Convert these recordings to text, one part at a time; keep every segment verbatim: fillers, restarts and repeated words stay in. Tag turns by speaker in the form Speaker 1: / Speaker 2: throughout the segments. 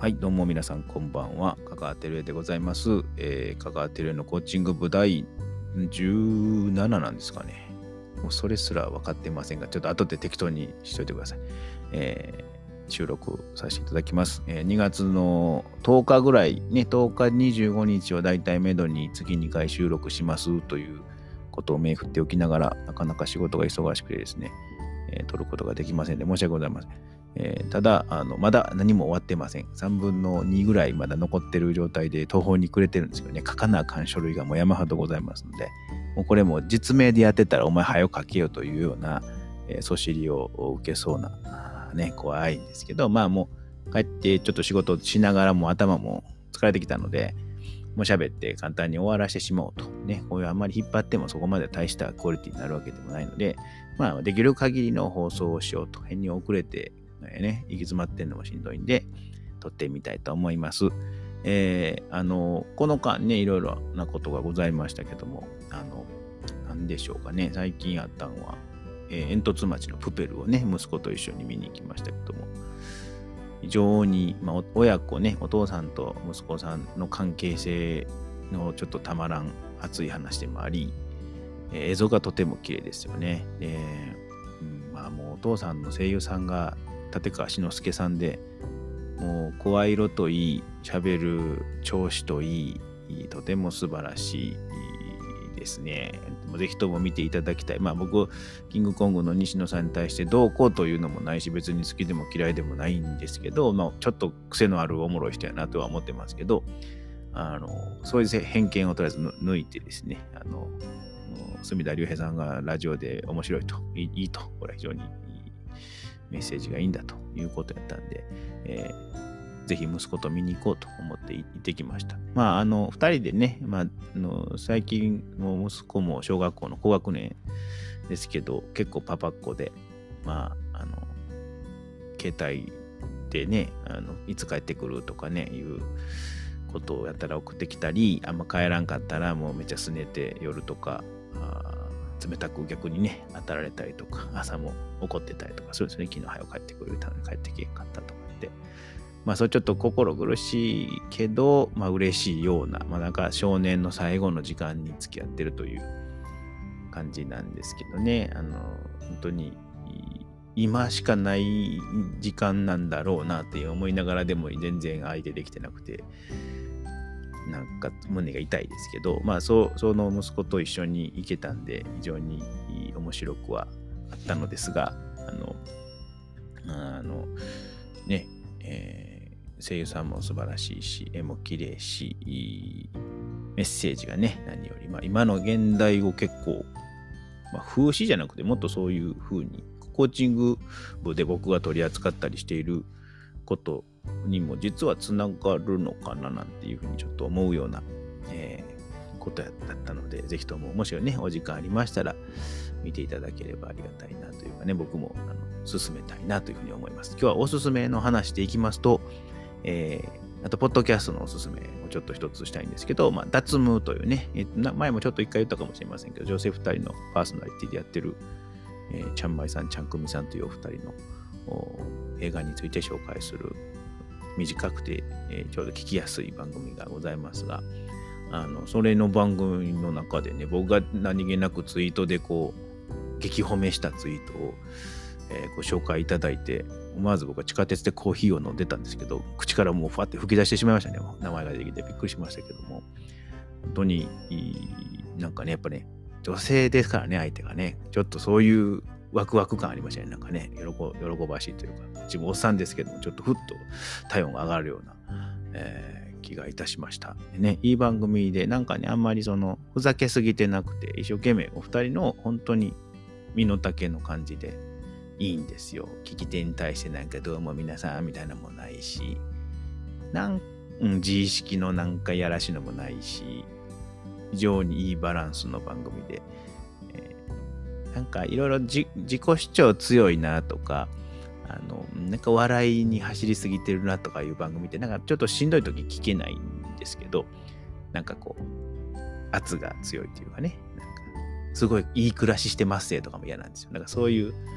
Speaker 1: はい、どうも皆さんこんばんは。香川照江でございます。えー、香川照江のコーチング部第じゅうなななんですかね。もうそれすら分かってませんが、ちょっと後で適当にしといてください。えー、収録させていただきます。えー、にがつのとおかぐらい、ね、とおかにじゅうごにちをだいたいめどに月にかい収録しますということを銘振っておきながら、なかなか仕事が忙しくてですね、えー、撮ることができませんで申し訳ございません。えー、ただあのまだ何も終わってません。さんぶんのにぐらいまだ残ってる状態で途方に暮れてるんですけどね、書かなあかん書類がもう山ほどございますので、もうこれも実名でやってたらお前早く書けよというような、えー、そしりを受けそうな、ね、怖いんですけど、まあもう帰ってちょっと仕事しながらも頭も疲れてきたので、もう喋って簡単に終わらせてしまおうと。ね、こういうあんまり引っ張ってもそこまで大したクオリティになるわけでもないので、まあできる限りの放送をしようと。変に遅れて、ね、行き詰まってんのもしんどいんで、撮ってみたいと思います。えー、あの、この間ね、いろいろなことがございましたけども、あの、なんでしょうかね、最近あったのは、えー、煙突町のプペルをね、息子と一緒に見に行きましたけども、非常に、まあ、親子ね、お父さんと息子さんの関係性のちょっとたまらん熱い話でもあり、えー、映像がとても綺麗ですよね。で、うん、まあもうお父さんの声優さんが立川志の輔さんで、もう声色といい、喋る調子といい、とても素晴らしいですね。ぜひとも見ていただきたい。まあ僕、キングコングの西野さんに対してどうこうというのもないし、別に好きでも嫌いでもないんですけど、まあちょっと癖のあるおもろい人やなとは思ってますけど、あの、そういう偏見をとりあえず抜いてですね、あの、隅田隆平さんがラジオで面白いと、いい、いいと、これは非常にいいメッセージがいいんだということやったんで、えー、ぜひ息子と見に行こうと思って行ってきました。まあ、あの、二人でね、まあ、あの最近の息子も小学校の高学年ですけど、結構パパっ子で、まあ、あの、携帯でね、あのいつ帰ってくるとかね、いうことをやったら送ってきたり、あんま帰らんかったらもうめっちゃすねて夜とか、冷たく逆にね当たられたりとか、朝も怒ってたりとか、そうですね、昨日早く帰ってくれたのに帰ってけんかったとかって、まあそれちょっと心苦しいけど、まあ嬉しいような、まあなんか少年の最後の時間に付き合ってるという感じなんですけどね、あの本当に今しかない時間なんだろうなって思いながら、でも全然相手できてなくて、なんか胸が痛いですけど、まあそその息子と一緒に行けたんで非常に面白くはあったのですが、あのあのね、えー、声優さんも素晴らしいし、絵も綺麗し、メッセージがね何より、まあ、今の現代を結構、まあ、風刺じゃなくてもっとそういう風にコーチング部で僕が取り扱ったりしていることにも実はつながるのかななんていうふうにちょっと思うような、えー、ことだったので、ぜひとももしねお時間ありましたら見ていただければありがたいなというかね、僕もあの進めたいなというふうに思います。今日はおすすめの話でいきますと、えー、あとポッドキャストのおすすめをちょっと一つしたいんですけど、まあ、脱毛というね、えー、前もちょっと一回言ったかもしれませんけど、女性ふたりのパーソナリティでやってる、えー、ちゃんまいさん、ちゃんくみさんというお二人の映画について紹介する短くて、えー、ちょうど聞きやすい番組がございますが、あのそれの番組の中でね、僕が何気なくツイートでこう激褒めしたツイートを、えー、ご紹介いただいて、思わず僕は地下鉄でコーヒーを飲んでたんですけど、口からもうファって吹き出してしまいましたね。名前ができてびっくりしましたけども、本当になんかね、やっぱね、女性ですからね、相手がね、ちょっとそういうワクワク感ありましたね。なんかね、喜、喜ばしいというか、自分おっさんですけども、ちょっとふっと体温が上がるような、えー、気がいたしました。でね、いい番組で、なんかね、あんまりその、ふざけすぎてなくて、一生懸命お二人の本当に身の丈の感じでいいんですよ。聞き手に対してなんかどうも皆さんみたいなのもないし、なんうん、自意識のなんかやらしのもないし、非常にいいバランスの番組で、なんかいろいろ自己主張強いなとか、あのなんか笑いに走りすぎてるなとかいう番組ってなんかちょっとしんどい時聞けないんですけど、なんかこう圧が強いというかね、なんかすごいいい暮らししてますせとかも嫌なんですよ。なんかそういう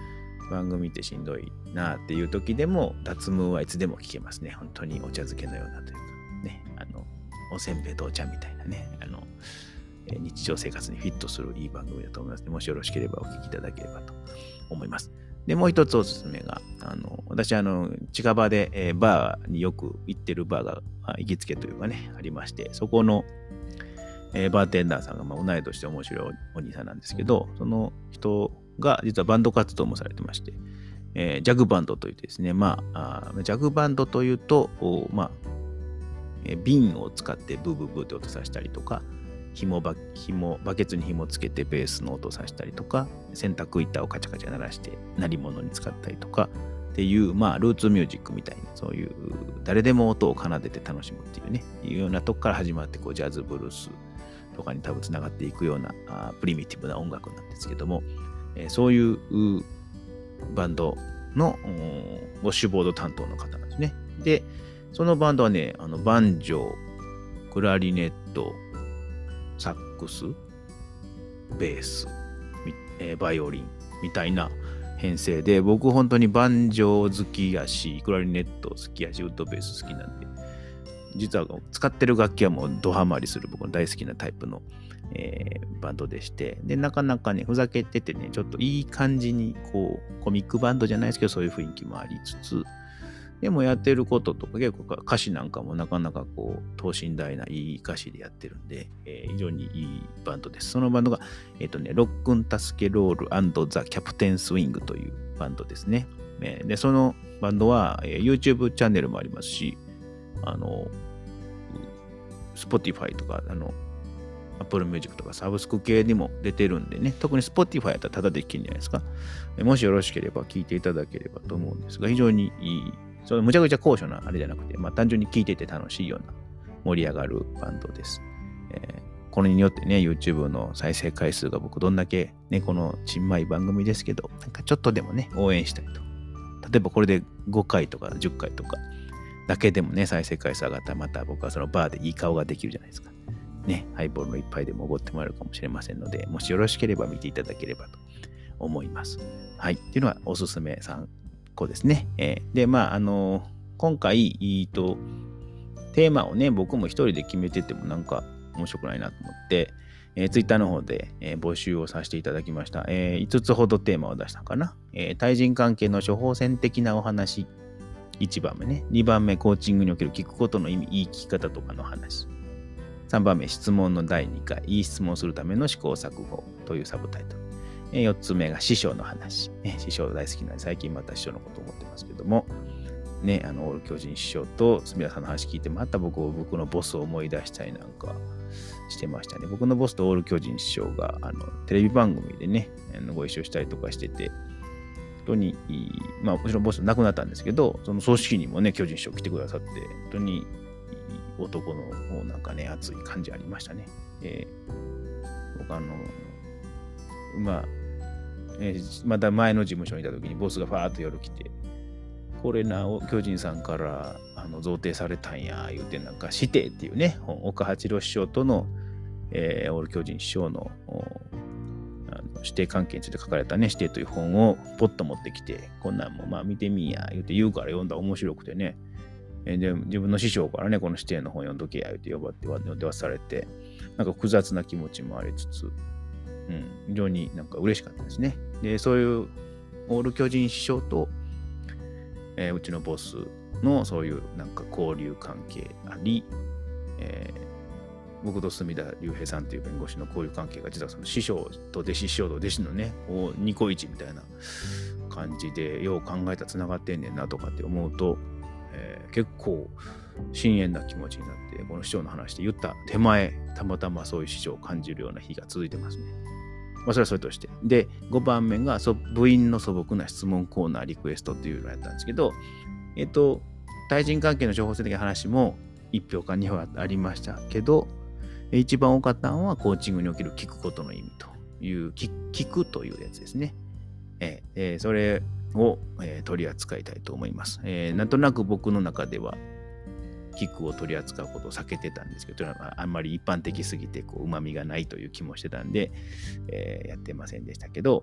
Speaker 1: 番組ってしんどいなっていう時でも、脱毛はいつでも聞けますね。本当にお茶漬けのようなというか、ね、あの、おせんべいとお茶みたいなね、あの、日常生活にフィットするいい番組だと思いますので、もしよろしければお聞きいただければと思います。で、もう一つおすすめが、あの、私、あの、近場で、えー、バーによく行ってるバーが、行きつけというかね、ありまして、そこの、えー、バーテンダーさんが、まあ、同い年で面白いお兄さんなんですけど、その人が実はバンド活動もされてまして、えー、ジャグバンドといってですね、まあ、あジャグバンドというと、まあ、えー、瓶を使ってブーブーブーって音させたりとか、紐バ紐バケツに紐つけてベースの音させたりとか、洗濯板をカチャカチャ鳴らして鳴り物に使ったりとかっていう、まあ、ルーツミュージックみたいな、そういう誰でも音を奏でて楽しむっていうね、いうようなとこから始まって、こうジャズ、ブルースとかに多分つながっていくようなあプリミティブな音楽なんですけども、えー、そういうバンドのウォッシュボード担当の方なんですね。で、そのバンドはね、あのバンジョー、クラリネット、サックス、ベース、えー、バイオリンみたいな編成で、僕本当にバンジョー好きやし、クラリネット好きやし、ウッドベース好きなんで、実は使ってる楽器はもうドハマりする僕の大好きなタイプの、えー、バンドでして、で、なかなかね、ふざけててね、ちょっといい感じに、こう、コミックバンドじゃないですけど、そういう雰囲気もありつつ、でもやってることとか、結構歌詞なんかもなかなかこう、等身大ないい歌詞でやってるんで、えー、非常にいいバンドです。そのバンドが、えっとね、ロックンタスケロール&ザ・キャプテンスウィングというバンドですね。えー、で、そのバンドは、えー、YouTube チャンネルもありますし、あの、Spotify とか、あの、Apple Music とかサブスク系にも出てるんでね、特に Spotify やったらタダで聴けるんじゃないですか。もしよろしければ聴いていただければと思うんですが、非常にいい、そのむちゃくちゃ高所なあれじゃなくて、まあ単純に聴いてて楽しいような盛り上がるバンドです。えー、これによってね、YouTube の再生回数が僕どんだけね、このちんまい番組ですけど、なんかちょっとでもね、応援したいと。例えばこれでごかいとかじゅっかいとかだけでもね、再生回数上がったらまた僕はそのバーでいい顔ができるじゃないですか。ね、ハイボールの一杯でもおごってもらえるかもしれませんので、もしよろしければ見ていただければと思います。はい。っていうのはおすすめさんこですね。えー、で、まあ、あのー、今回、えっと、テーマをね、僕も一人で決めててもなんか面白くないなと思って、えー、ツイッターの方で、えー、募集をさせていただきました。えー、いつつほどテーマを出したかな。えー、対人関係の処方箋的なお話。いちばんめね。にばんめ、コーチングにおける聞くことの意味、いい聞き方とかの話。さんばんめ、質問のだいにかい、いい質問するための試行錯誤というサブタイトル。よっつめが師匠の話。ね、師匠大好きなんで、最近また師匠のことを思ってますけども、ね、あの、オール巨人師匠と住田さんの話聞いて、また僕を、僕のボスを思い出したりなんかしてましたね。僕のボスとオール巨人師匠が、あの、テレビ番組でね、あのご一緒したりとかしてて、本当にいい、まあ、もちろんボス亡くなったんですけど、その葬式にもね、巨人師匠来てくださって、本当にいい男のなんかね、熱い感じありましたね。えー、僕あの、まあ、えー、また前の事務所にいた時にボスがファーッと夜来て、これな、巨人さんからあの贈呈されたんや、言うて、なんか、師弟っていうね、岡八郎師匠との、えー、オール巨人師匠のあの師弟関係について書かれたね、師弟という本をポッと持ってきて、こんなんもまあ見てみんや、言うて言うから読んだら面白くてね、えー、で自分の師匠からね、この師弟の本読んどけや、言うて呼ばって呼んで渡されて、なんか複雑な気持ちもありつつ、うん、非常になんか嬉しかったですね。で、そういうオール巨人師匠と、えー、うちのボスのそういうなんか交流関係あり、えー、僕と住田隆平さんという弁護士の交流関係が実はその師匠と弟子、師匠と弟子のね、ニコイチみたいな感じでよう考えたらつながってんねんなとかって思うと、えー、結構深遠な気持ちになって、この師匠の話で言った手前、たまたまそういう師匠を感じるような日が続いてますね。まあ、それはそれとして。で、ごばんめが部員の素朴な質問コーナーリクエストっていうのをやったんですけど、えっと、対人関係の情報性的な話もいち票かに票ありましたけど、一番多かったのはコーチングにおける聞くことの意味という、聞, 聞くというやつですね。えー、それを、えー、取り扱いたいと思います、えー。なんとなく僕の中では、キックを取り扱うことを避けてたんですけど、あんまり一般的すぎてこう旨味がないという気もしてたんで、えー、やってませんでしたけど、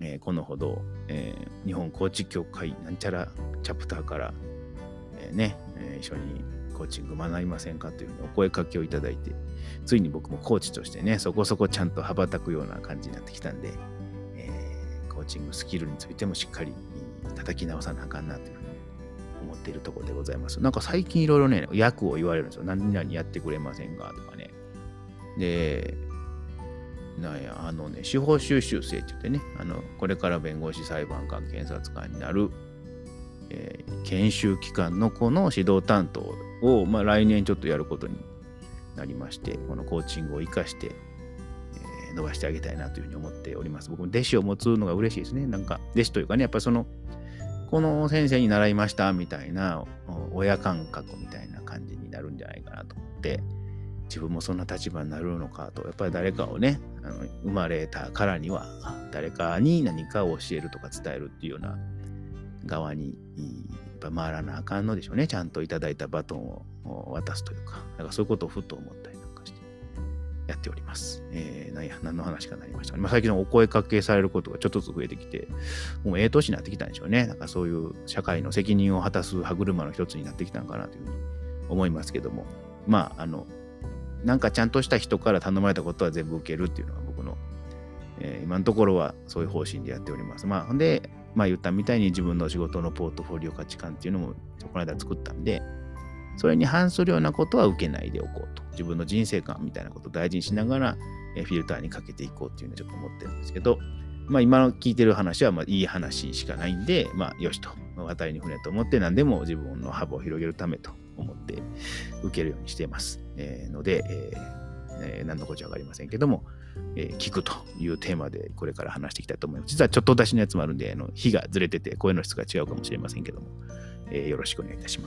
Speaker 1: えーこのほど、えー日本コーチ協会なんちゃらチャプターから、えーね、えー一緒にコーチング学びませんかというふうにお声かけをいただいて、ついに僕もコーチとしてね、そこそこちゃんと羽ばたくような感じになってきたんで、えーコーチングスキルについてもしっかり叩き直さなあかんなというふうに思っているところでございます。なんか最近いろいろね、役を言われるんですよ。何々やってくれませんかとかね。で、なんや、あのね、司法修習生って言ってね、あの、これから弁護士、裁判官、検察官になる、えー研修機関のこの指導担当を、まあ、来年ちょっとやることになりまして、このコーチングを生かして、えー伸ばしてあげたいなというふうに思っております。僕も弟子を持つのが嬉しいですね。なんか、弟子というかね、やっぱりその、この先生に習いましたみたいな、お親感覚みたいな感じになるんじゃないかなと思って、自分もそんな立場になるのかと、やっぱり誰かをね、あの生まれたからには、誰かに何かを教えるとか伝えるっていうような側に、やっぱ回らなあかんのでしょうね。ちゃんといただいたバトンを渡すというか、なんかそういうことをふと思ったりなんかしてやっております。えー、なんや、何の話かなりましたね。まあ、最近のお声かけされることがちょっとずつ増えてきて、もうええ年になってきたんでしょうね。なんかそういう社会の責任を果たす歯車の一つになってきたのかなというふうに思いますけども、まあ、あの、なんかちゃんとした人から頼まれたことは全部受けるっていうのが僕の、えー今のところはそういう方針でやっております。まあ、ほんで、まあ言ったみたいに自分の仕事のポートフォリオ価値観っていうのもこの間作ったんで、それに反するようなことは受けないでおこうと。自分の人生観みたいなことを大事にしながら、えーフィルターにかけていこうっていうのをちょっと思ってるんですけど、まあ今の聞いてる話はまあいい話しかないんで、まあよしと。渡りに船と思って何でも自分の幅を広げるためと思って受けるようにしています。えーので、えーえー何のこっちゃわかりませんけども、えー聞くというテーマでこれから話していきたいと思います。実はちょっと出しのやつもあるんで、あの日がずれてて声の質が違うかもしれませんけども、えーよろしくお願いいたします。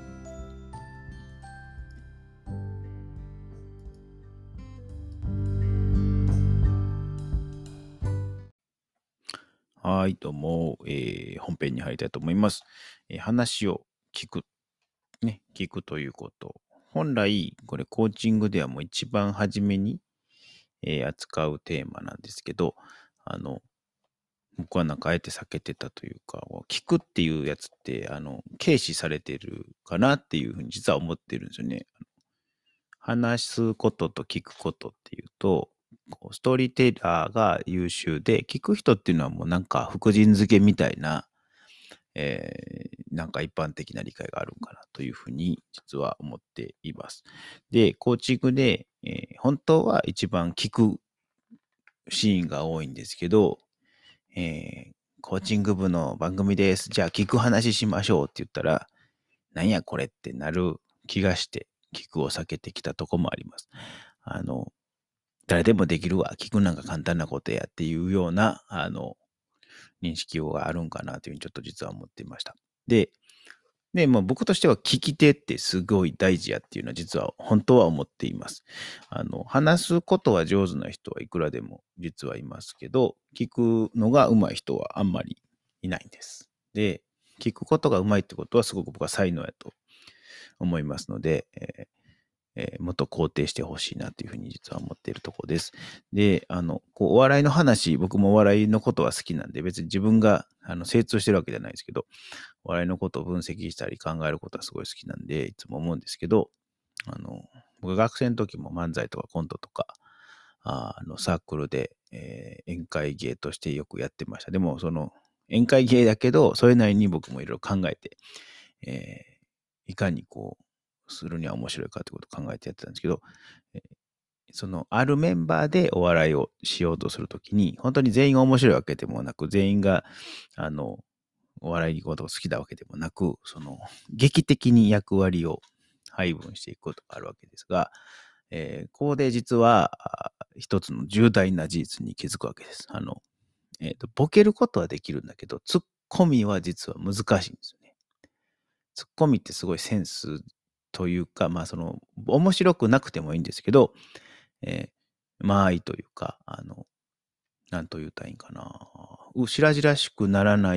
Speaker 1: はい、どうも、えー本編に入りたいと思います。えー話を聞く、ね、聞くということ。本来、これコーチングではもう一番初めに、えー扱うテーマなんですけど、あの、僕はなんかあえて避けてたというか、聞くっていうやつって、あの、軽視されてるかなっていうふうに実は思ってるんですよね。話すことと聞くことっていうと、こうストーリーテラーが優秀で、聞く人っていうのはもうなんか福神漬けみたいな、えーなんか一般的な理解があるんかなというふうに実は思っています。で、コーチングで、えー本当は一番聞くシーンが多いんですけど、えーコーチング部の番組です。じゃあ聞く話しましょうって言ったら、なんやこれってなる気がして、聞くを避けてきたとこもあります。あの、誰でもできるわ。聞くなんか簡単なことやっていうような、あの、認識があるんかなというふうにちょっと実は思っていました。で、で、もう僕としては聞き手ってすごい大事やっていうのは実は本当は思っています。あの、話すことは上手な人はいくらでも実はいますけど、聞くのが上手い人はあんまりいないんです。で、聞くことが上手いってことはすごく僕は才能やと思いますので、えーえーもっと肯定してほしいなというふうに実は思っているところです。で、あの、こうお笑いの話、僕もお笑いのことは好きなんで、別に自分があの精通してるわけじゃないですけど、お笑いのことを分析したり考えることはすごい好きなんで、いつも思うんですけど、あの、僕学生の時も漫才とかコントとか、ああのサークルで、えー宴会芸としてよくやってました。でも、その宴会芸だけど、それなりに僕もいろいろ考えて、えーいかにこう、するには面白いかということを考えてやってたんですけど、えーその、あるメンバーでお笑いをしようとするときに、本当に全員が面白いわけでもなく、全員が、あの、お笑いのことが好きなわけでもなく、その、劇的に役割を配分していくことがあるわけですが、えーここで実は、あ一つの重大な事実に気づくわけです。あの、えっと、ボケることはできるんだけど、ツッコミは実は難しいんですよね。ツッコミってすごいセンスというか、まあその、面白くなくてもいいんですけど、えー間合いというか、あの、なんと言うたらいいんかな。う白々しくならない、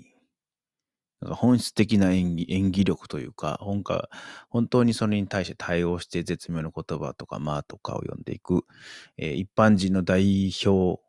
Speaker 1: なんか本質的な演技、演技力というか、本か、本当にそれに対して対応して絶妙な言葉とか、まあとかを読んでいく、えー一般人の代表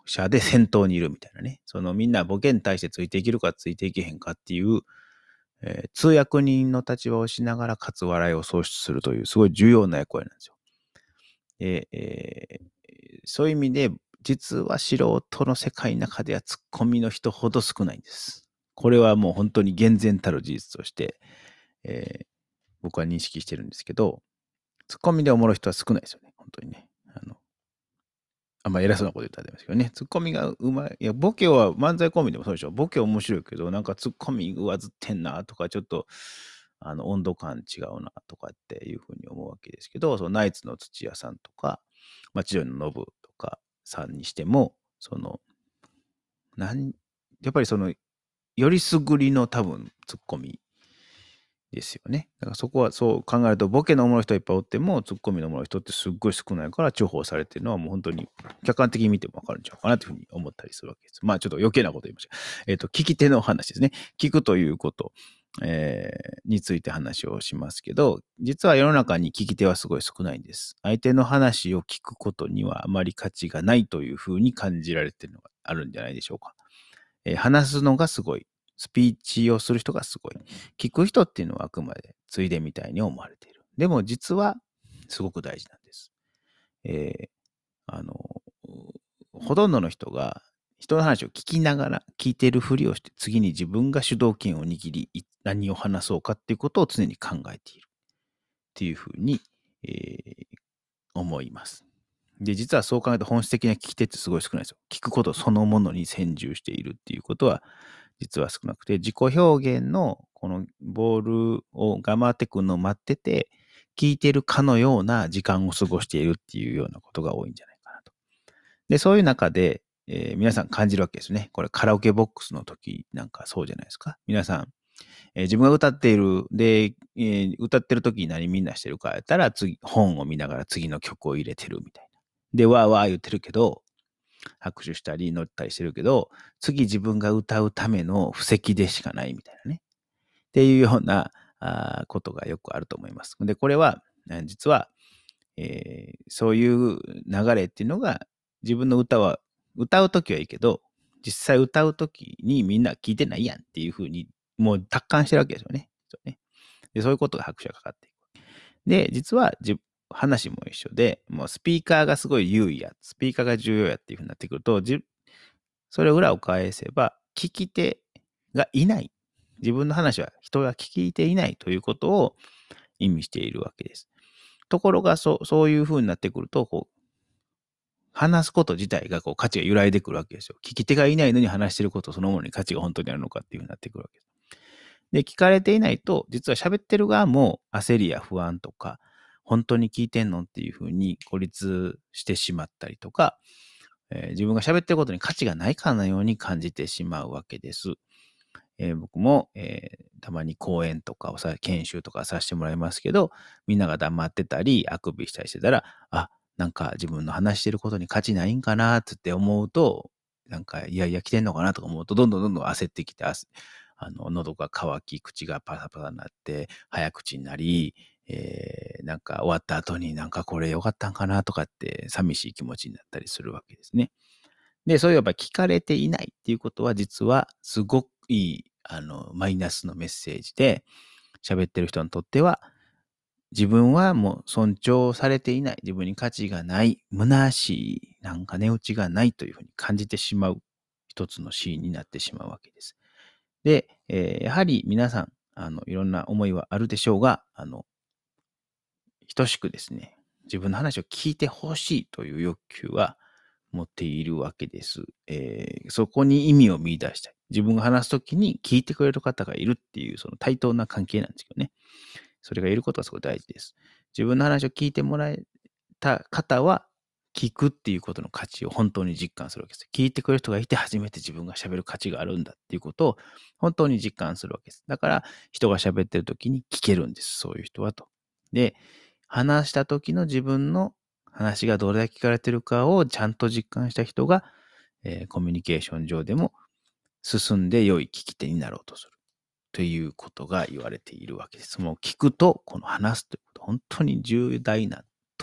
Speaker 1: 者で先頭にいるみたいなね。そのみんなボケに対してついていけるかついていけへんかっていう、えー通訳人の立場をしながらかつ笑いを創出するというすごい重要な役割なんですよ。で、えーそういう意味で、実は素人の世界の中ではツッコミの人ほど少ないんです。これはもう本当に厳然たる事実として、えー僕は認識してるんですけど、ツッコミでおもろい人は少ないですよね、本当にね。あのあんま偉そうなこと言ったらダメですけどね。ツッコミがうまい。いや、ボケは漫才コンビでもそうでしょ。ボケ面白いけど、なんかツッコミ上ずってんなとか、ちょっと、あの、温度感違うなとかっていうふうに思うわけですけど、そのナイツの土屋さんとか、まあ、千鳥のノブとかさんにしても、その、なんやっぱりその、よりすぐりの多分ツッコミですよね。だからそこはそう考えると、ボケのおもろい人はいっぱいおっても、ツッコミのおもろい人ってすっごい少ないから重宝されてるのはもう本当に客観的に見てもわかるんちゃうかなというふうに思ったりするわけです。まあちょっと余計なこと言いました。えっ、と、聞き手の話ですね。聞くということ、えーについて話をしますけど、実は世の中に聞き手はすごい少ないんです。相手の話を聞くことにはあまり価値がないというふうに感じられているのがあるんじゃないでしょうか。えー話すのがすごい。スピーチをする人がすごい。聞く人っていうのはあくまでついでみたいに思われている。でも実はすごく大事なんです。えーあの、ほとんどの人が人の話を聞きながら聞いているふりをして次に自分が主導権を握り何を話そうかっていうことを常に考えているっていうふうに、えー思います。で、実はそう考えると本質的な聞き手ってすごい少ないですよ。聞くことそのものに専従しているっていうことは実は少なくて、自己表現のこのボールを頑張ってくるのを待ってて、聞いてるかのような時間を過ごしているっていうようなことが多いんじゃないかなと。で、そういう中で、えー皆さん感じるわけですね。これカラオケボックスの時なんかそうじゃないですか。皆さん、えー自分が歌っている、で、えー歌ってる時に何みんなしてるかやったら、次、本を見ながら次の曲を入れてるみたいな。で、わーわー言ってるけど、拍手したり乗ったりしてるけど、次自分が歌うための布石でしかないみたいなね。っていうようなあーことがよくあると思います。で、これは、えー実は、えーそういう流れっていうのが、自分の歌は、歌うときはいいけど、実際歌うときにみんな聞いてないやんっていうふうに、もう達観してるわけですよね。そうね。で、そういうことが拍手がかかっていく。で、実はじ話も一緒で、もうスピーカーがすごい優位や、スピーカーが重要やっていうふうになってくると、じそれを裏を返せば、聞き手がいない。自分の話は人が聞いていないということを意味しているわけです。ところが、そう、そういうふうになってくると、こう、話すこと自体がこう価値が揺らいでくるわけですよ。聞き手がいないのに話してることそのものに価値が本当にあるのかっていうふうになってくるわけです。で、聞かれていないと、実は喋ってる側も焦りや不安とか、本当に聞いてんのっていうふうに孤立してしまったりとか、えー自分が喋ってることに価値がないかのように感じてしまうわけです。えー僕も、えーたまに講演とかをさ、研修とかさせてもらいますけど、みんなが黙ってたり、あくびしたりしてたら、あ、なんか自分の話してることに価値ないんかなって思うと、なんか、いやいや来てんのかなとか思うと、どんどんどんどん焦ってきて、ああの、喉が渇き、口がパサパサになって、早口になり、えーなんか終わった後になんかこれ良かったんかなとかって寂しい気持ちになったりするわけですね。で、そういえば聞かれていないっていうことは実はすごくいい、あの、マイナスのメッセージで、喋ってる人にとっては、自分はもう尊重されていない、自分に価値がない、虚しい、なんか値打ちがないというふうに感じてしまう一つのシーンになってしまうわけです。で、えーやはり皆さん、あの、いろんな思いはあるでしょうが、あの、等しくですね、自分の話を聞いてほしいという欲求は持っているわけです。えーそこに意味を見出したい。自分が話すときに聞いてくれる方がいるっていう、その対等な関係なんですけどね。それがいることはすごい大事です。自分の話を聞いてもらえた方は、聞くっていうことの価値を本当に実感するわけです。聞いてくれる人がいて初めて自分が喋る価値があるんだっていうことを本当に実感するわけです。だから人が喋ってる時に聞けるんです。そういう人はと。で、話した時の自分の話がどれだけ聞かれてるかをちゃんと実感した人が、えーコミュニケーション上でも進んで良い聞き手になろうとする。ということが言われているわけです。もう聞くと、この話すということ、本当に重大なと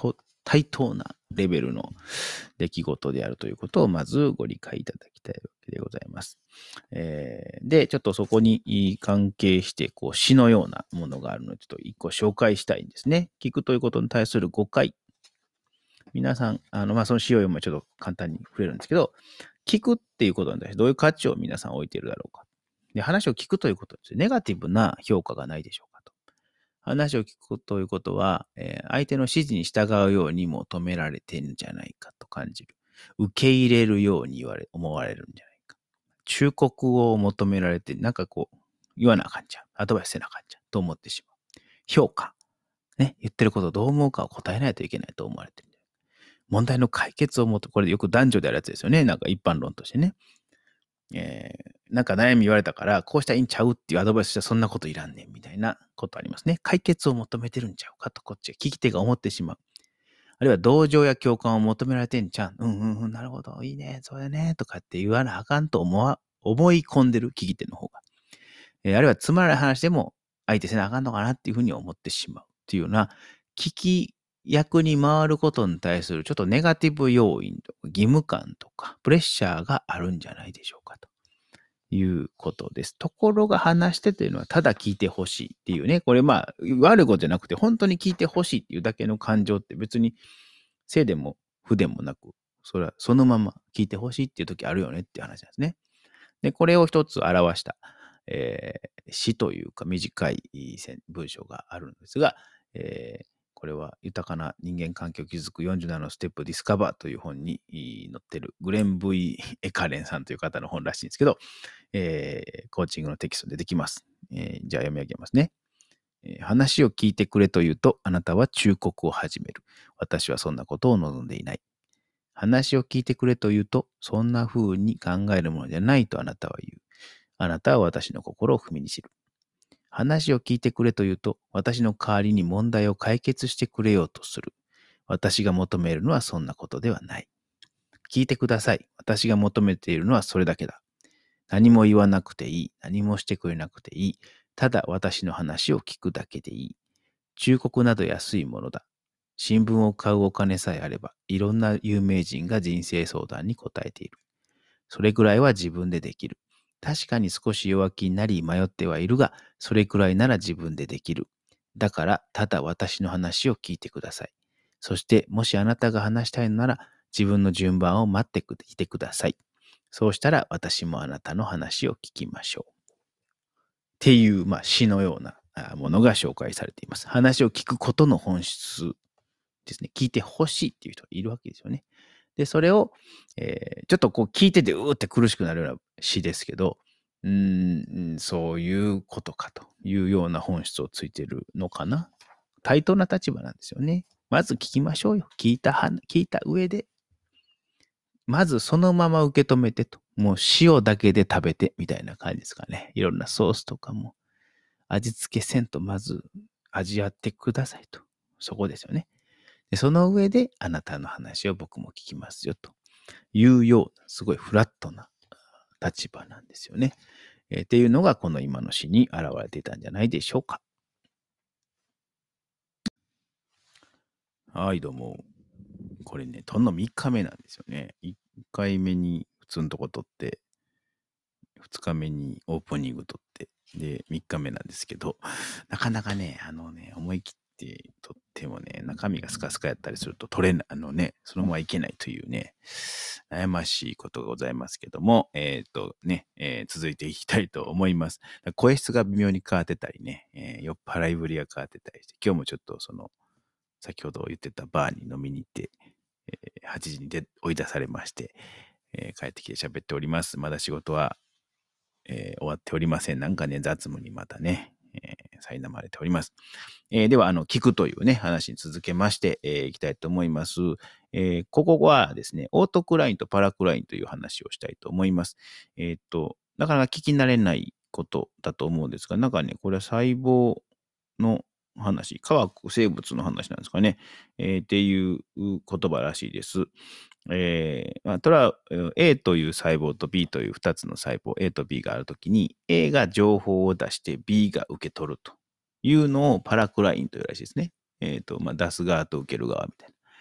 Speaker 1: 対等なレベルの出来事であるということをまずご理解いただきたいわけでございます。えー、で、ちょっとそこに関係して、こう詩のようなものがあるので、ちょっと一個紹介したいんですね。聞くということに対する誤解。皆さん、あの、まあ、その詩を読むちょっと簡単に触れるんですけど、聞くっていうことに対してどういう価値を皆さん置いているだろうか。で、話を聞くということです。ネガティブな評価がないでしょうかと。話を聞くということは、えー相手の指示に従うように求められてるんじゃないかと感じる。受け入れるように言われ、思われるんじゃないか。忠告を求められて、なんかこう、言わなあかんじゃん。アドバイスせなあかんじゃん。と思ってしまう。評価。ね。言ってることをどう思うかを答えないといけないと思われてる。問題の解決をもと、これよく男女であるやつですよね。なんか一般論としてね。えーなんか悩み言われたから、こうしたらいいんちゃうっていうアドバイスしたらそんなこといらんねんみたいなことありますね。解決を求めてるんちゃうかと、こっち聞き手が思ってしまう。あるいは同情や共感を求められてんちゃう。うんうんうん、なるほど、いいね、そうやね、とかって言わなあかんと思わ、思い込んでる聞き手の方が。えーあるいはつまらない話でも相手せなあかんのかなっていうふうに思ってしまうっていうような、聞き役に回ることに対するちょっとネガティブ要因とか義務感とかプレッシャーがあるんじゃないでしょうかということです。ところが話してというのはただ聞いてほしいっていうね、これまあ悪いことじゃなくて本当に聞いてほしいっていうだけの感情って別に正でも負でもなく、それはそのまま聞いてほしいっていう時あるよねっていう話なんですね。で、これを一つ表した、えー詩というか短い文章があるんですが、えーこれは豊かな人間関係を築くよんじゅうななのステップディスカバーという本に載ってるグレン・ V・ エカレンさんという方の本らしいんですけど、えーコーチングのテキストでできます。えーじゃあ読み上げますね。えー話を聞いてくれというと、あなたは忠告を始める。私はそんなことを望んでいない。話を聞いてくれというと、そんな風に考えるものじゃないとあなたは言う。あなたは私の心を踏みにじる。話を聞いてくれというと、私の代わりに問題を解決してくれようとする。私が求めるのはそんなことではない。聞いてください。私が求めているのはそれだけだ。何も言わなくていい。何もしてくれなくていい。ただ私の話を聞くだけでいい。忠告など安いものだ。新聞を買うお金さえあれば、いろんな有名人が人生相談に答えている。それくらいは自分でできる。確かに少し弱気になり迷ってはいるが、それくらいなら自分でできる。だから、ただ私の話を聞いてください。そして、もしあなたが話したいのなら、自分の順番を待っていてください。そうしたら、私もあなたの話を聞きましょう。っていう、まあ、詩のようなものが紹介されています。話を聞くことの本質ですね。聞いてほしいっていう人がいるわけですよね。で、それを、えーちょっとこう聞いててうーって苦しくなるような詩ですけど、うーん、そういうことかというような本質をついてるのかな。対等な立場なんですよね。まず聞きましょうよ。聞いたは、聞いた上で、まずそのまま受け止めてと。もう塩だけで食べてみたいな感じですかね。いろんなソースとかも味付けせんとまず味わってくださいと。そこですよね。でその上であなたの話を僕も聞きますよというような、すごいフラットな立場なんですよね。えーっていうのがこの今の詩に現れていたんじゃないでしょうか。はい、どうも。これね、とんのみっかめなんですよね。いっかいめに普通のとこ撮って、ふつかめにオープニング撮って、で、みっかめなんですけど、なかなかね、あのね、思い切って撮ってもね、中身がスカスカやったりすると撮れない、あのね、そのままいけないというね、悩ましいことがございますけども、えっ、とね、えー続いていきたいと思います。声質が微妙に変わってたりね、えー酔っ払いぶりが変わってたりして、今日もちょっとその、先ほど言ってたバーに飲みに行って、えーはちじにで追い出されまして、えー帰ってきて喋っております。まだ仕事は、えー終わっておりません。なんかね、雑務にまたね、えー、苛まれております。えーでは、あの、聞くというね、話に続けまして、えーいきたいと思います。えーここはですね、オートクラインとパラクラインという話をしたいと思います。えーっと、なかなか聞き慣れないことだと思うんですが、なんかね、これは細胞の話、科学、生物の話なんですかね、えーっていう言葉らしいです。えーまあ、とら A という細胞と B というふたつの細胞、A と B があるときに、A が情報を出して B が受け取るというのをパラクラインというらしいですね。えっ、と、まあ、出す側と受ける側みたいな。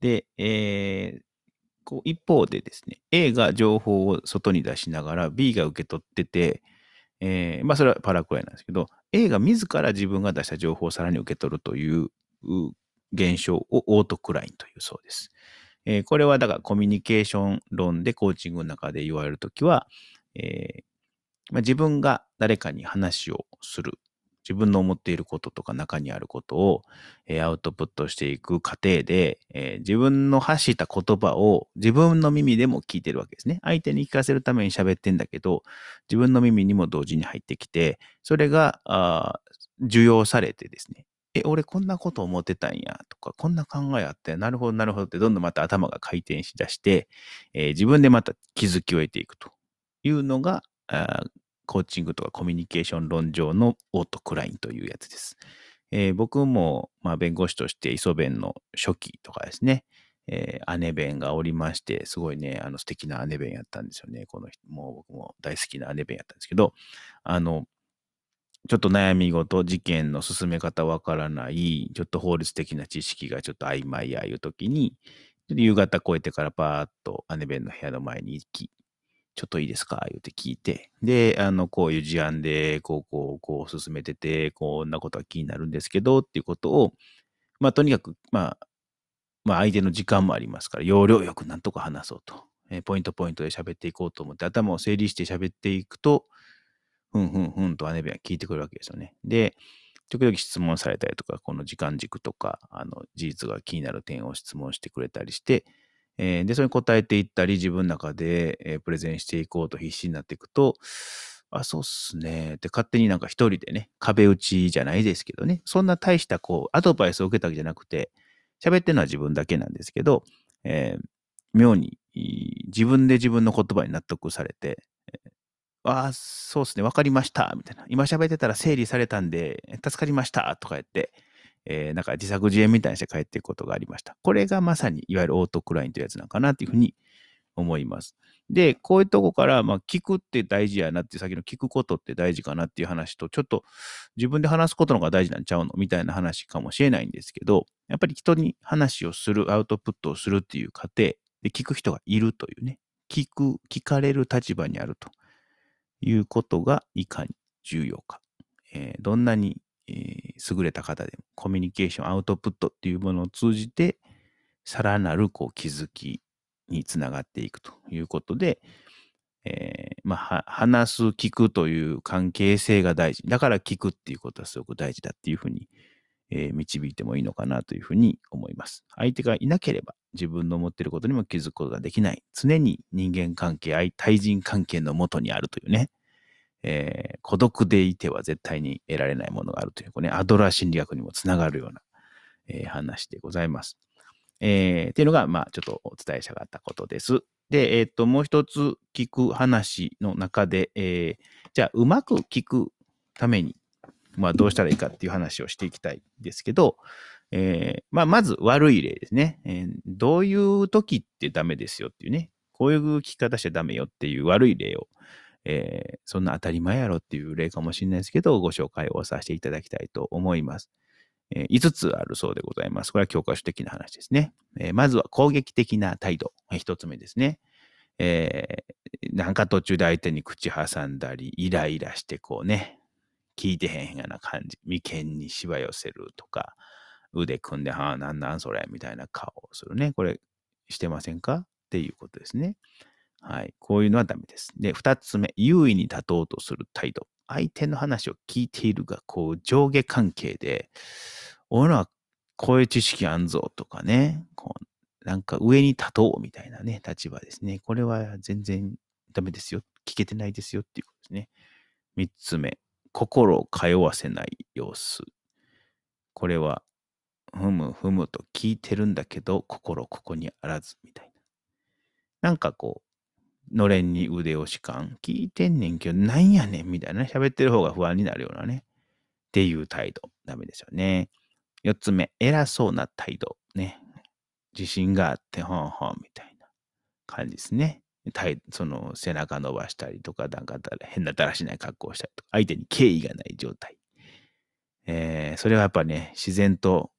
Speaker 1: で、えーこう一方でですね、A が情報を外に出しながら B が受け取ってて、えーまあそれはパラクライなんですけど、A が自ら自分が出した情報をさらに受け取るというう現象をオートクラインというそうです。えーこれはだからコミュニケーション論でコーチングの中で言われるときは、えーまあ、自分が誰かに話をする。自分の思っていることとか中にあることを、えーアウトプットしていく過程で、えー自分の発した言葉を自分の耳でも聞いてるわけですね。相手に聞かせるために喋ってんだけど、自分の耳にも同時に入ってきて、それがあー受容されてですね。え、俺こんなこと思ってたんやとか、こんな考えあって、なるほど、なるほどってどんどんまた頭が回転しだして、えー自分でまた気づきを得ていくというのが、あーコーチングとかコミュニケーション論上のオートクラインというやつです。えー僕も、まあ、弁護士としてイソ弁の初期とかですね、えー姉弁がおりまして、すごいね、あの素敵な姉弁やったんですよね。この人、もう僕も大好きな姉弁やったんですけど、あの、ちょっと悩み事、事件の進め方わからない、ちょっと法律的な知識がちょっと曖昧やいうときに、ちょっと夕方超えてからパーッと姉弁の部屋の前に行き、ちょっといいですか言って聞いて、で、あの、こういう事案で、こう、こう、こう進めてて、こんなことが気になるんですけど、っていうことを、まあ、とにかく、まあ、まあ、相手の時間もありますから、要領よくなんとか話そうと。えーポイントポイントで喋っていこうと思って、頭を整理して喋っていくと、ふんふんふんと姉部は聞いてくるわけですよね。で、時々質問されたりとか、この時間軸とか、あの、事実が気になる点を質問してくれたりして、えーで、それに答えていったり、自分の中で、えープレゼンしていこうと必死になっていくと、あ、そうっすね。って勝手になんか一人でね、壁打ちじゃないですけどね、そんな大したこう、アドバイスを受けたわけじゃなくて、喋ってるのは自分だけなんですけど、えー妙にいい自分で自分の言葉に納得されて、ああ、そうっすね、わかりました、みたいな。今喋ってたら整理されたんで、助かりました、とか言って、えーなんか自作自演みたいにして帰っていくことがありました。これがまさに、いわゆるオートクラインというやつなのかなっていうふうに思います。で、こういうとこから、まあ、聞くって大事やなっていう、先の聞くことって大事かなっていう話と、ちょっと自分で話すことの方が大事なんちゃうのみたいな話かもしれないんですけど、やっぱり人に話をする、アウトプットをするっていう過程で聞く人がいるというね、聞く、聞かれる立場にあると。いうことがいかに重要か。えーどんなに、えー優れた方でもコミュニケーション、アウトプットっていうものを通じて、さらなるこう気づきにつながっていくということで、えーまあ、は話す、聞くという関係性が大事。だから聞くっていうことはすごく大事だっていうふうに、えー導いてもいいのかなというふうに思います。相手がいなければ自分の思っていることにも気づくことができない。常に人間関係、相対人関係のもとにあるというね。えー孤独でいては絶対に得られないものがあるという、これね、アドラー心理学にもつながるような、えー話でございます。えーっていうのが、まあ、ちょっとお伝えしたかったことです。で、えっ、と、もう一つ聞く話の中で、えーじゃあ、うまく聞くために、まあ、どうしたらいいかっていう話をしていきたいんですけど、えーまあ、まず悪い例ですね、えーどういう時ってダメですよっていうね、こういう聞き方しちゃダメよっていう悪い例を、えーそんな当たり前やろっていう例かもしれないですけど、ご紹介をさせていただきたいと思います。えーいつつあるそうでございます。これは教科書的な話ですね。えーまずは攻撃的な態度。ひとつめですね。えーなんか途中で相手に口挟んだり、イライラしてこうね、聞いてへんやな感じ、眉間にしわ寄せるとか、腕組んで、はあ、なんなんそれみたいな顔をするね。これ、してませんかっていうことですね。はい。こういうのはダメです。で、二つ目、優位に立とうとする態度。相手の話を聞いているが、こう、上下関係で、俺らはこういう知識あんぞとかね、こう、なんか上に立とうみたいなね、立場ですね。これは全然ダメですよ。聞けてないですよっていうことですね。三つ目、心を通わせない様子。これは、ふむふむと聞いてるんだけど、心ここにあらずみたいな。なんかこう、のれんに腕押し感。聞いてんねんけど、なんやねんみたいなね。喋ってる方が不安になるようなね。っていう態度。ダメですよね。四つ目、偉そうな態度。ね。自信があって、ほんほんみたいな感じですね。態その背中伸ばしたりとか、なんか変なだらしない格好をしたりとか、相手に敬意がない状態。えーそれはやっぱね、自然と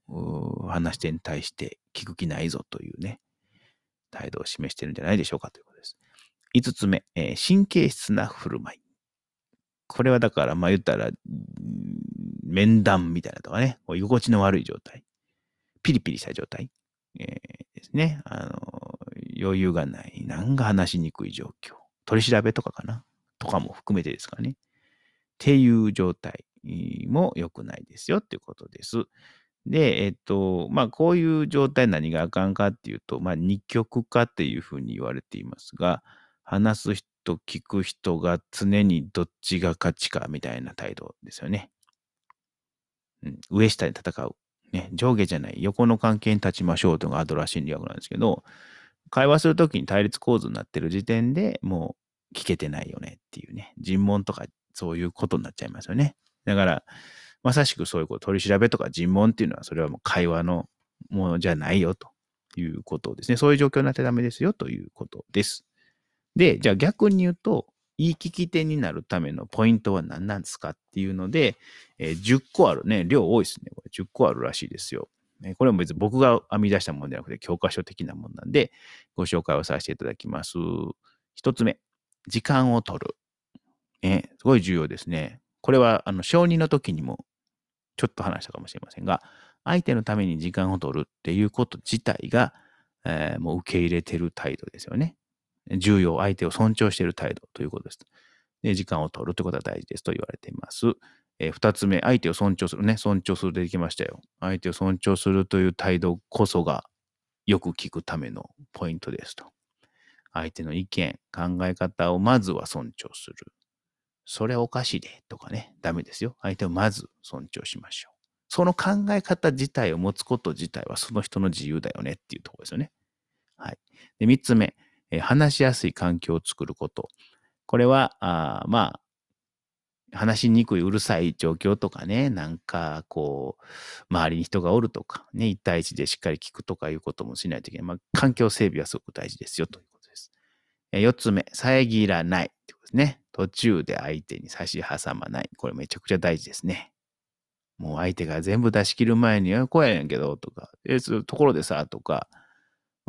Speaker 1: 話し手に対して聞く気ないぞというね、態度を示しているんじゃないでしょうかということです。いつつめ、えー、神経質な振る舞い。これはだから、まあ言ったら、面談みたいなとかね、居心地の悪い状態。ピリピリした状態、えー、ですね。あの、余裕がない。なんか話しにくい状況。取り調べとかかなとかも含めてですかね。っていう状態も良くないですよっていうことです。で、えっと、まあ、こういう状態何があかんかっていうと、まあ、二極化っていうふうに言われていますが、話す人、聞く人が常にどっちが勝ちかみたいな態度ですよね。うん、上下に戦う。ね、上下じゃない、横の関係に立ちましょうというのがアドラー心理学なんですけど、会話するときに対立構図になってる時点でもう聞けてないよねっていうね、尋問とかそういうことになっちゃいますよね。だから、まさしくそういうこと、取り調べとか尋問っていうのは、それはもう会話のものじゃないよということですね。そういう状況になってダメですよということです。で、じゃあ逆に言うと、いい聞き手になるためのポイントは何なんですかっていうので、えー、じゅっこあるね、量多いですね。これじゅっこあるらしいですよ。これは別に僕が編み出したものではなくて、教科書的なものなんで、ご紹介をさせていただきます。一つ目、時間を取る。ね、すごい重要ですね。これは、あの、承認の時にもちょっと話したかもしれませんが、相手のために時間を取るっていうこと自体が、えー、もう受け入れてる態度ですよね。重要、相手を尊重している態度ということです。で、時間を取るということは大事ですと言われています。えー、二つ目、相手を尊重するね。尊重するできましたよ。相手を尊重するという態度こそがよく聞くためのポイントですと。相手の意見、考え方をまずは尊重する。それはおかしいでとかね、ダメですよ。相手をまず尊重しましょう。その考え方自体を持つこと自体はその人の自由だよねっていうところですよね。はい。で、三つ目、えー、話しやすい環境を作ること。これは、あまあ、話しにくいうるさい状況とかね、なんかこう、周りに人がおるとか、ね、一対一でしっかり聞くとかいうこともしないといけない。まあ、環境整備はすごく大事ですよということです。えー、四つ目、遮らないってことですね。途中で相手に差し挟まない。これめちゃくちゃ大事ですね。もう相手が全部出し切る前に、こうやねんけど、とか、え、そところでさ、とか、うん、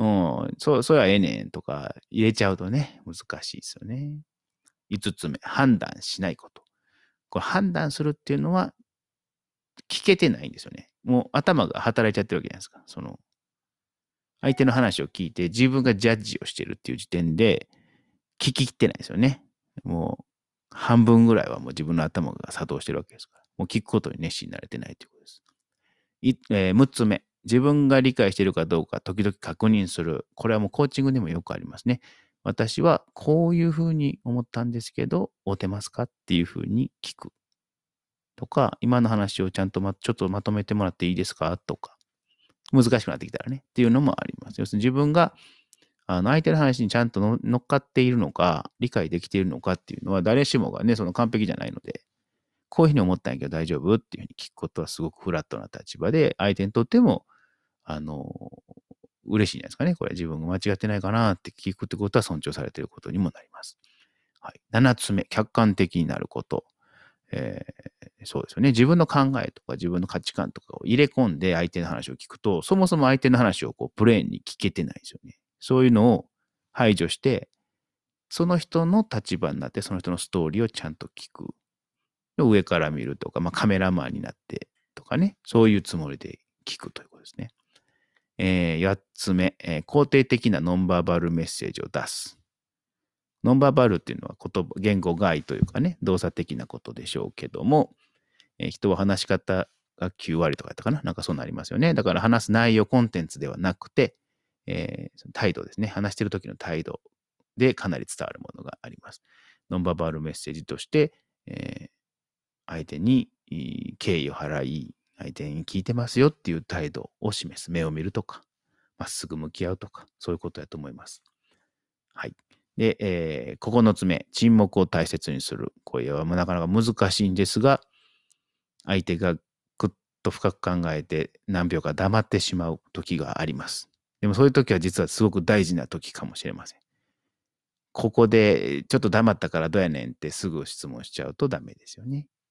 Speaker 1: そう、そりゃええねん、とか入れちゃうとね、難しいですよね。五つ目、判断しないこと。これ判断するっていうのは、聞けてないんですよね。もう頭が働いちゃってるわけじゃないですか。その、相手の話を聞いて自分がジャッジをしてるっていう時点で、聞き切ってないですよね。もう、半分ぐらいはもう自分の頭が作動してるわけですから。もう聞くことに熱心になれてないということです。いえー、むっつめ、自分が理解しているかどうか時々確認する。これはもうコーチングでもよくありますね。私はこういうふうに思ったんですけど、合うてますかっていうふうに聞く。とか、今の話をちゃんと、ま、ちょっとまとめてもらっていいですかとか、難しくなってきたらね、っていうのもあります。要するに自分があの相手の話にちゃんとの乗っかっているのか、理解できているのかっていうのは、誰しもがね、その完璧じゃないので、こういうふうに思ったんやけど大丈夫っていうふうに聞くことはすごくフラットな立場で、相手にとっても、あの、嬉しいんじゃないですかね。これ自分が間違ってないかなって聞くってことは尊重されていることにもなります。はい。七つ目、客観的になること。えー、そうですよね。自分の考えとか自分の価値観とかを入れ込んで相手の話を聞くと、そもそも相手の話をこうプレーンに聞けてないですよね。そういうのを排除して、その人の立場になって、その人のストーリーをちゃんと聞く。上から見るとか、まあ、カメラマンになってとかね、そういうつもりで聞くということですね。えー、やっつめ、えー、肯定的なノンバーバルメッセージを出す。ノンバーバルっていうのは言葉、言語外というかね、動作的なことでしょうけども、えー、人は話し方がきゅう割とかやったかな、なんかそうなりますよね。だから話す内容、コンテンツではなくて、えー、態度ですね。話してる時の態度でかなり伝わるものがあります。ノンバーバルメッセージとして、えー、相手に敬意を払い、相手に聞いてますよっていう態度を示す。目を見るとか、まっすぐ向き合うとか、そういうことだと思います。はい。で、えー、ここのつ目、沈黙を大切にする。これはなかなか難しいんですが、相手がぐっと深く考えて何秒か黙ってしまう時があります。でもそういう時は実はすごく大事な時かもしれません。ここでちょっと黙ったからどうやねんってすぐ質問しちゃうとダメですよね。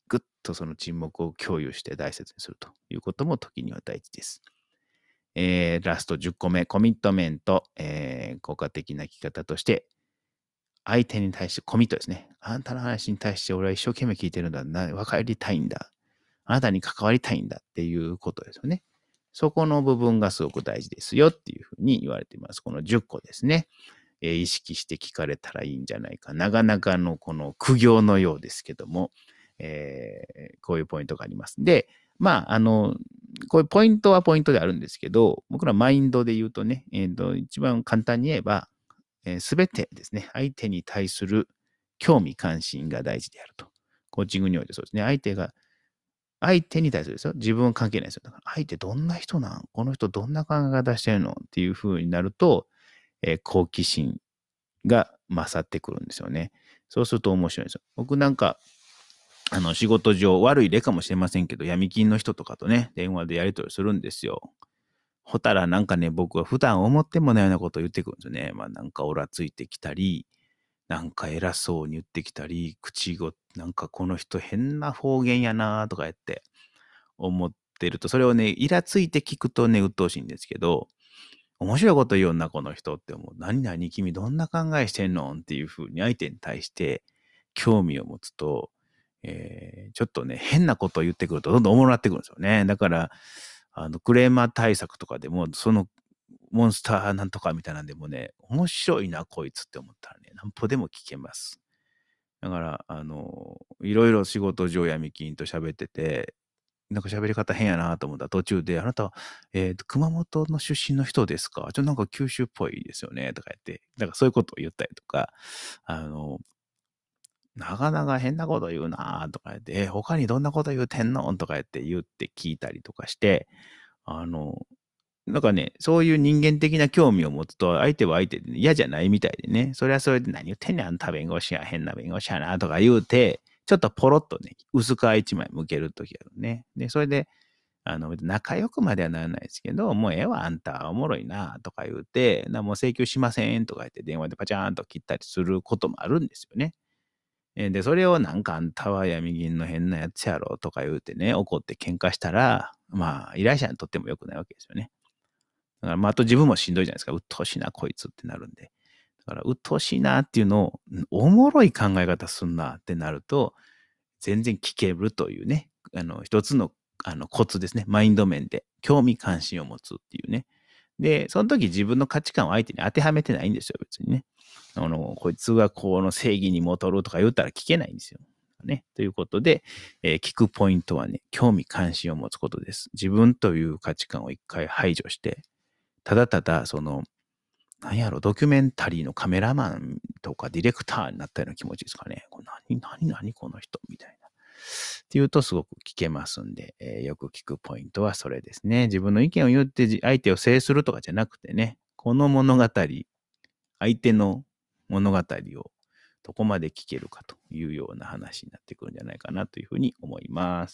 Speaker 1: ぐっとその沈黙を共有して大切にするということも時には大事です。えーラストじゅっこめ、コミットメント、えー効果的な生き方として、相手に対してコミットですね。あんたの話に対して俺は一生懸命聞いてるんだ。な分かりたいんだ。あなたに関わりたいんだっていうことですよね。そこの部分がすごく大事ですよっていうふうに言われています。このじゅっこですね。えー意識して聞かれたらいいんじゃないか。なかなかのこの苦行のようですけども、えーこういうポイントがあります。で、まあ、あの、こういうポイントはポイントであるんですけど、僕らマインドで言うとね、えーと一番簡単に言えば、すべ、えー、てですね、相手に対する興味関心が大事であると。コーチングにおいてそうですね、相手が、相手に対するですよ。自分は関係ないですよ。だから相手どんな人なんこの人どんな考え方してるのっていう風になると、えー好奇心が勝ってくるんですよね。そうすると面白いんですよ。僕なんか、あの、仕事上、悪い例かもしれませんけど、闇金の人とかとね、電話でやり取りするんですよ。ほたらなんかね、僕は普段思ってもないようなことを言ってくるんですよね。まあなんかオラついてきたり、なんか偉そうに言ってきたり、口ご、なんかこの人変な方言やなとか言って思ってると、それをね、イラついて聞くとね、鬱陶しいんですけど、面白いこと言うな、この人って思う。何々君どんな考えしてんのっていうふうに相手に対して興味を持つと、えーちょっとね、変なことを言ってくるとどんどんおもろなってくるんですよね。だから、あの、クレーマー対策とかでも、そのモンスターなんとかみたいなんでもね、面白いな、こいつって思ったらね、何歩でも聞けます。だから、あの、いろいろ仕事上闇金と喋ってて、なんか喋り方変やなと思ったら途中で、あなた、えーと、熊本の出身の人ですかちょっとなんか九州っぽいですよねとか言って、だからそういうことを言ったりとか、あの、なかなか変なこと言うなとか言って、え、他にどんなこと言うてんのとか言って言って聞いたりとかして、あの、なんかね、そういう人間的な興味を持つと、相手は相手で、ね、嫌じゃないみたいでね、それはそれで何言ってんねん、あんた弁護士や、変な弁護士やなとか言うて、ちょっとポロッとね、薄皮一枚向けるときあるね。で、それで、あの、仲良くまではならないですけど、もうええわ、あんたおもろいなとか言うて、なもう請求しませんとか言って電話でパチャーンと切ったりすることもあるんですよね。えーで、それをなんかあんたは闇銀の変なやつやろとか言うてね、怒って喧嘩したら、まあ、依頼者にとっても良くないわけですよね。だから、まあ、あと自分もしんどいじゃないですか。鬱陶しいな、こいつってなるんで。だから、鬱陶しいなっていうのを、おもろい考え方すんなってなると、全然聞けるというね、あの、一つの、あの、コツですね。マインド面で、興味関心を持つっていうね。で、その時自分の価値観を相手に当てはめてないんですよ、別にね。あの、こいつはこの正義に戻るとか言ったら聞けないんですよ。ね。ということで、えー聞くポイントはね、興味関心を持つことです。自分という価値観を一回排除して、ただただ、その、なんやろ、ドキュメンタリーのカメラマンとかディレクターになったような気持ちですかね。これ何、何、何この人みたいな。っていうとすごく聞けますんで、えーよく聞くポイントはそれですね。自分の意見を言ってじ相手を制するとかじゃなくてね、この物語、相手の物語をどこまで聞けるかというような話になってくるんじゃないかなというふうに思います。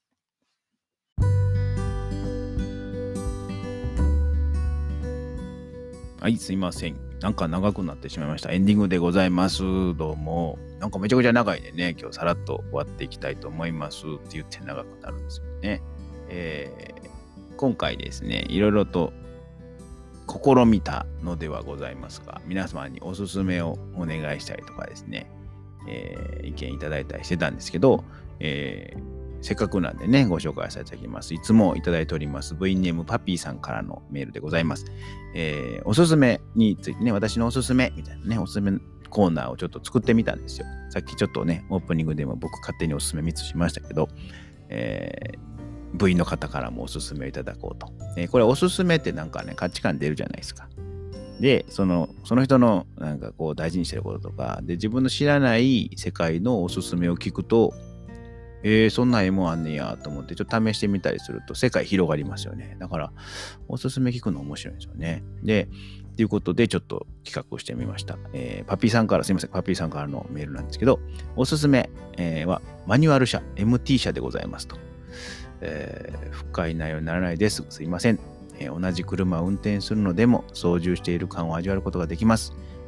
Speaker 1: はい、すいません。なんか長くなってしまいました。エンディングでございます。どうも。なんかめちゃくちゃ長いんでね、今日さらっと終わっていきたいと思いますって言って長くなるんですよね。えー今回ですね、いろいろと試みたのではございますが、皆様におすすめをお願いしたりとかですね、えー意見いただいたりしてたんですけど、えーせっかくなんでね、ご紹介させていただきます。いつもいただいております ブイネームパピーさんからのメールでございます。えーおすすめについてね、私のおすすめみたいなね、おすすめコーナーをちょっと作ってみたんですよ。さっきちょっとね、オープニングでも僕勝手におすすめみっつしましたけど、えー部員の方からもおすすめいただこうと。えーこれおすすめってなんかね、価値観出るじゃないですか。で、その、その人のなんかこう大事にしてることとか、で、自分の知らない世界のおすすめを聞くと、えー、そんな絵もあんねやと思ってちょっと試してみたりすると世界広がりますよね。だからおすすめ聞くの面白いんですよね。で、ということでちょっと企画をしてみました。えーパピーさんから、すいません、パピーさんからのメールなんですけど、おすすめ、えーはマニュアル車、エムティー 車でございますと。えー深い内容にならないです。すいません。えー同じ車を運転するのでも操縦している感を味わうことができます。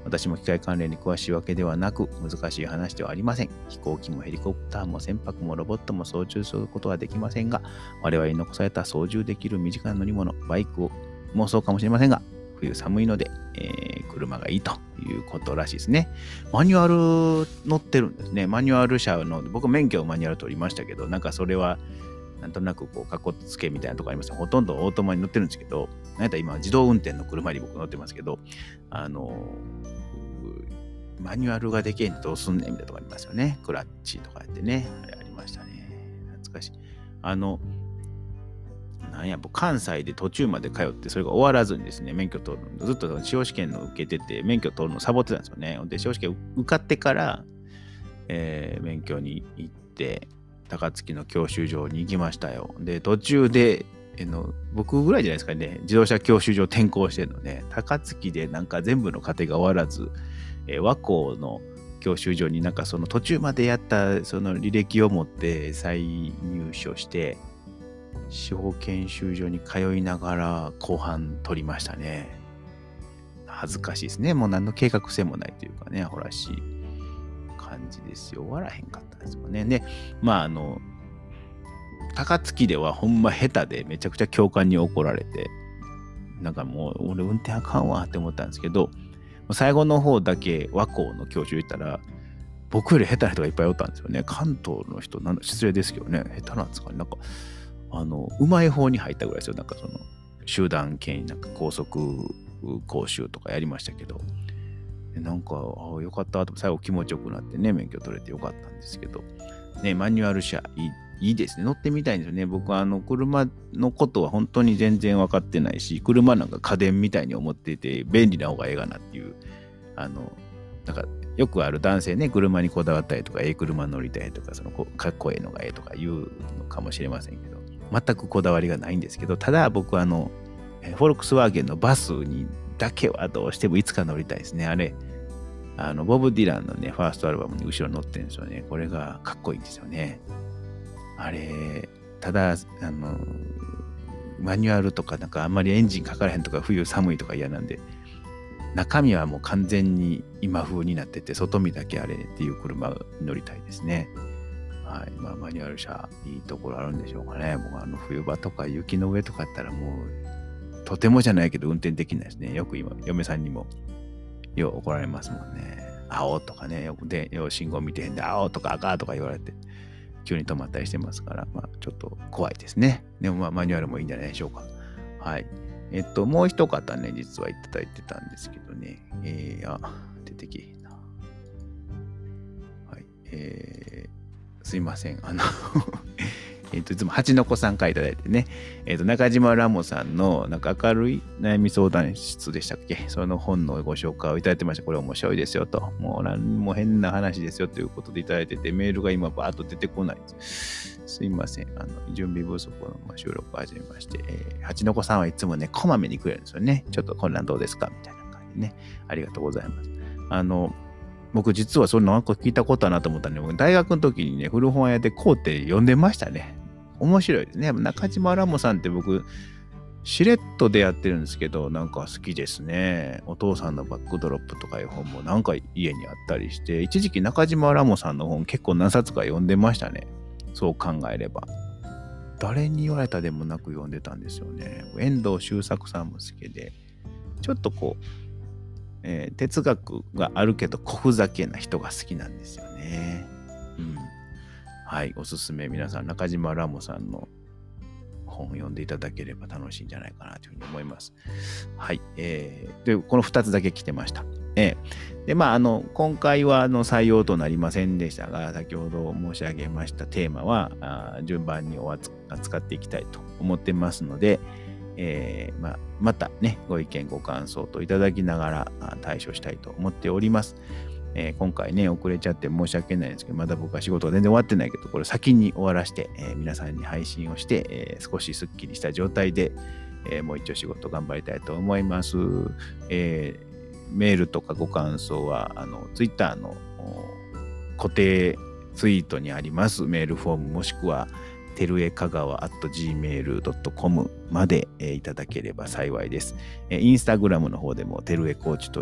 Speaker 1: 私も機械関連に詳しいわけではなく、難しい話ではありません。飛行機もヘリコプターも船舶もロボットも操縦することはできませんが、我々に残された操縦できる身近な乗り物、バイクもそうかもしれませんが、冬寒いので、えー、車がいいということらしいですね。マニュアル乗ってるんですね。マニュアル車の、僕免許をマニュアル取りましたけど、なんかそれはなんとなくこう、かっこつけみたいなとこあります。ほとんどオートマに乗ってるんですけど、なんやったら今自動運転の車に僕乗ってますけど、あの、マニュアルができへんとどうすんねんみたいなとこありますよね。クラッチとかやってね。あれありましたね。懐かしい。あの、なんや、僕関西で途中まで通って、それが終わらずにですね、免許取るの。ずっと司法試験の受けてて、免許取るのサボってたんですよね。で、司法試験受かってから、えー、免許に行って、高槻の教習所に行きましたよ。で、途中で、えの僕ぐらいじゃないですかね、自動車教習所転校してるので、高槻でなんか全部の過程が終わらず、えー、和光の教習所になんかその途中までやったその履歴を持って再入所して、司法研修所に通いながら後半取りましたね。恥ずかしいですね。もう何の計画性もないというかね、アホらしい感じですよ。終わらへんかったんですよね。で、まああの、高槻ではほんま下手でめちゃくちゃ教官に怒られて、なんかもう俺運転あかんわって思ったんですけど、最後の方だけ和光の教習行ったら、僕より下手な人がいっぱいおったんですよね。関東の人、なん失礼ですけどね、下手なんですかね。なんか、あの、うまい方に入ったぐらいですよ。なんかその、集団権威、なんか高速講習とかやりましたけど、なんか、ああ、よかったと、最後気持ちよくなってね、免許取れてよかったんですけど、ね、マニュアル車、いい、いいですね。乗ってみたいんですよね。僕はあの、車のことは本当に全然分かってないし、車なんか家電みたいに思っていて、便利な方がええかなっていう、あの、なんか、よくある男性ね、車にこだわったりとか、ええ車乗りたいとか、そのかっこええのがええとか言うのかもしれませんけど、全くこだわりがないんですけど、ただ僕はあの、フォルクスワーゲンのバスにだけはどうしてもいつか乗りたいですね。あれ、あの、ボブ・ディランのね、ファーストアルバムに後ろに乗ってるんですよね。これがかっこいいんですよね。あれ、ただ、あの、マニュアルとか、なんかあんまりエンジンかからへんとか、冬寒いとか嫌なんで、中身はもう完全に今風になってて、外見だけあれっていう車に乗りたいですね。はい。まあ、マニュアル車、いいところあるんでしょうかね。もうあの、冬場とか雪の上とかやったらもう、とてもじゃないけど運転できないですね。よく今、嫁さんにも、よう怒られますもんね。青とかね、よくで、よう信号見てへんで、青とか赤とか言われて、急に止まったりしてますから、まあ、ちょっと怖いですね。でもまあ、マニュアルもいいんじゃないでしょうか。はい。えっと、もう一方ね、実はいただいてたんですけどね。えー、あ、出てきへんな。はい。えー、すいません。あの、えっと、いつも八の子さんからいただいてね、えっと、中島ラモさんの、なんか明るい悩み相談室でしたっけ、その本のご紹介をいただいてました。これ面白いですよと。もう何も変な話ですよということでいただいてて、メールが今バーッと出てこないです。すいません。あの、準備不足の収録を始めまして、えー、八の子さんはいつもね、こまめにくれるんですよね。ちょっとこんなんどうですかみたいな感じでね。ありがとうございます。あの、僕実はそれなんか聞いたことあるなと思ったんで、僕大学の時にね、古本屋で買うて読んでましたね。面白いですね。中島ラモさんって僕、しれっと出会ってるんですけど、なんか好きですね。お父さんのバックドロップとかいう本もなんか家にあったりして、一時期中島ラモさんの本結構何冊か読んでましたね。そう考えれば。誰に言われたでもなく読んでたんですよね。遠藤周作さんも好きで、ちょっとこう、えー、哲学があるけど小ふざけな人が好きなんですよね。うん。はい、おすすめ皆さん、中島ラモさんの本を読んでいただければ楽しいんじゃないかなというふうに思います。はい。えー、で、このふたつだけ来てました。えー、で、まあ、あの、今回はあの採用となりませんでしたが、先ほど申し上げましたテーマは、あ順番にお扱っていきたいと思ってますので、えーまあ、またね、ご意見、ご感想といただきながら対処したいと思っております。えー、今回ね、遅れちゃって申し訳ないんですけど、まだ僕は仕事が全然終わってないけど、これ先に終わらして、えー、皆さんに配信をして、えー、少しスッキリした状態で、えー、もう一応仕事頑張りたいと思います。えー、メールとかご感想は、あの、ツイッターの固定ツイートにありますメールフォーム、もしくは、てるえかがわ アットジーメールドットコム まで、えー、いただければ幸いです。えー、インスタグラムの方でもてるえコーチという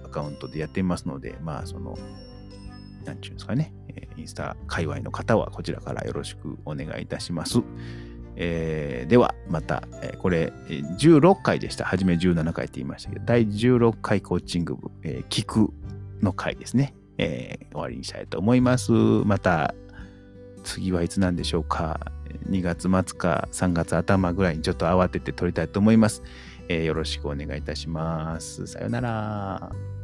Speaker 1: アカウントでやっていますので、まあ、その、なんていうんですかね、えーインスタ界隈の方はこちらからよろしくお願いいたします。えーでは、また、えーこれ、えーじゅうろっかいでした。はじめじゅうななかいって言いましたけど、だいじゅうろっかいコーチング部、えー聞くの回ですね、えー終わりにしたいと思います。また、次はいつなんでしょうか。にがつ末かさんがつ頭ぐらいにちょっと慌てて撮りたいと思います。えーよろしくお願いいたします。さよなら。